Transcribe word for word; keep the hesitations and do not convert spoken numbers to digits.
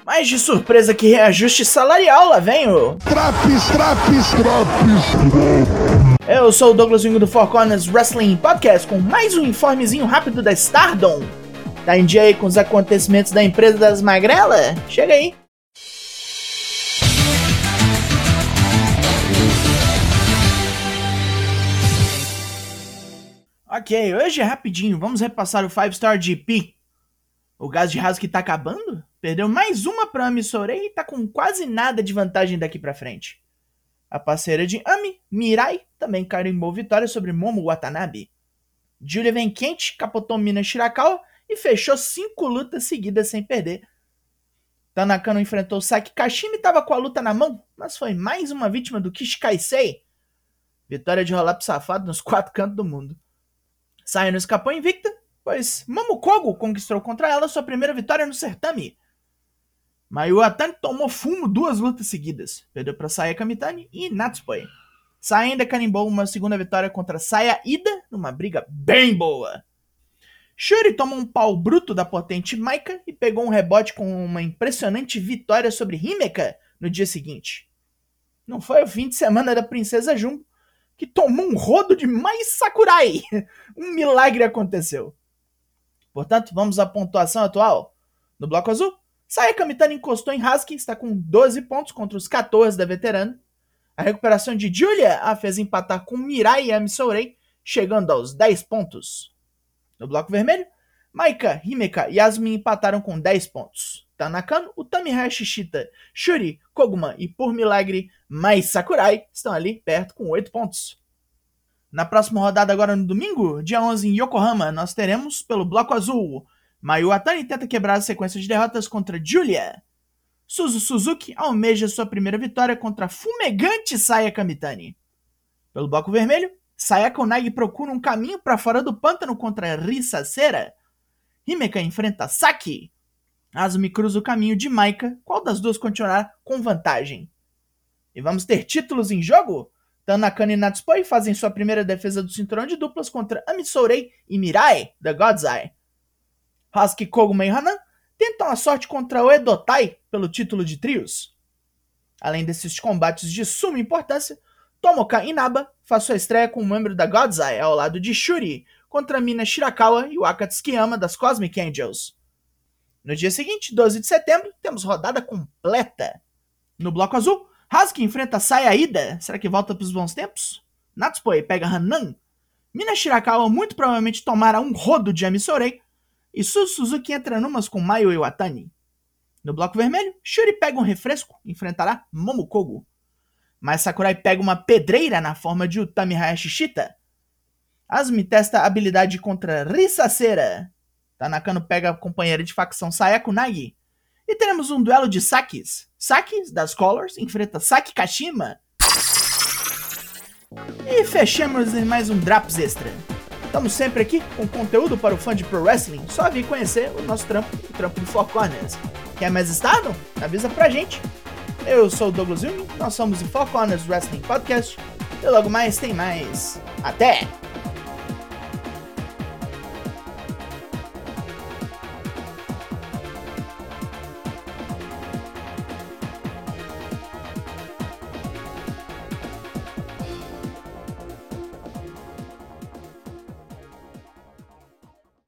Mas de surpresa que reajuste salarial, lá vem o... Traps, traps, traps. Eu sou o Douglas Wingo do Four Corners Wrestling Podcast com mais um informezinho rápido da Stardom. Tá em dia aí com os acontecimentos da empresa das magrelas? Chega aí. Ok, hoje é rapidinho, vamos repassar o five star G P. O gás de Husky tá acabando? Perdeu mais uma pra Ami Sourei e tá com quase nada de vantagem daqui pra frente. A parceira de Ami, Mirai, também carimbou vitória sobre Momo Watanabe. Julia vem quente, capotou Mina Shirakawa e fechou cinco lutas seguidas sem perder. Tanaka enfrentou Saki Kashima e tava com a luta na mão, mas foi mais uma vítima do Kishikaisei. Vitória de rolar pro safado nos quatro cantos do mundo. Saya não escapou invicta, pois Momo Kogo conquistou contra ela sua primeira vitória no certame. Mayu Atani tomou fumo duas lutas seguidas, perdeu para Saya Kamitani e Natsupoi. Saya ainda carimbou uma segunda vitória contra Saya Ida, numa briga bem boa. Shuri tomou um pau bruto da potente Maika e pegou um rebote com uma impressionante vitória sobre Himeka no dia seguinte. Não foi o fim de semana da Princesa Jumbo, que tomou um rodo de Mai Sakurai. Um milagre aconteceu. Portanto, vamos à pontuação atual. No bloco azul, Saya Kamitani encostou em Husky, está com doze pontos contra os quatorze da veterana. A recuperação de Julia a fez empatar com Mirai e Ami Sourei, chegando aos dez pontos. No bloco vermelho, Maika, Himeka e Yasmin empataram com dez pontos. Tanaka, Utami Hayashishita, Shuri, Koguma e, por milagre, Mai Sakurai estão ali perto com oito pontos. Na próxima rodada, agora no domingo, dia onze, em Yokohama, nós teremos, pelo bloco azul, Mayu Atani tenta quebrar a sequência de derrotas contra Julia. Suzu Suzuki almeja sua primeira vitória contra a fumegante Saya Kamitani. Pelo bloco vermelho, Sayaka Onagi procura um caminho para fora do pântano contra Risa Sera. Himeka enfrenta Saki. Azumi cruza o caminho de Maika, qual das duas continuará com vantagem? E vamos ter títulos em jogo? Tanaka e Natsupoi fazem sua primeira defesa do cinturão de duplas contra Ami Sourei e Mirai, da God's Eye. Husky, Koguma e Hanan tentam a sorte contra o Edotai pelo título de trios. Além desses combates de suma importância, Tomoka Inaba faz sua estreia com um membro da God's Eye ao lado de Shuri contra Mina Shirakawa e o Akatsukiyama das Cosmic Angels. No dia seguinte, doze de setembro, temos rodada completa. No bloco azul, Husky enfrenta Saya Ida. Será que volta para os bons tempos? Natsupoi pega Hanan. Mina Shirakawa muito provavelmente tomará um rodo de Ami Sourei. E Suzu Suzuki entra numas com Mayu Iwatani. No bloco vermelho, Shuri pega um refresco e enfrentará Momo Kogo. Mas Sakurai pega uma pedreira na forma de Utami Hayashishita. Azumi testa a habilidade contra Risa Sera. Tanaka pega a companheira de facção Sayaka Nagi. E teremos um duelo de Sakis. Sakis, das Colors, enfrenta Saki Kashima. E fechamos em mais um Drops Extra. Estamos sempre aqui com conteúdo para o fã de Pro Wrestling. Só vir conhecer o nosso trampo, o trampo do Four Corners. Quer mais Stardom? Avisa pra gente. Eu sou o Douglas Jung, nós somos o Four Corners Wrestling Podcast. E logo mais tem mais. Até!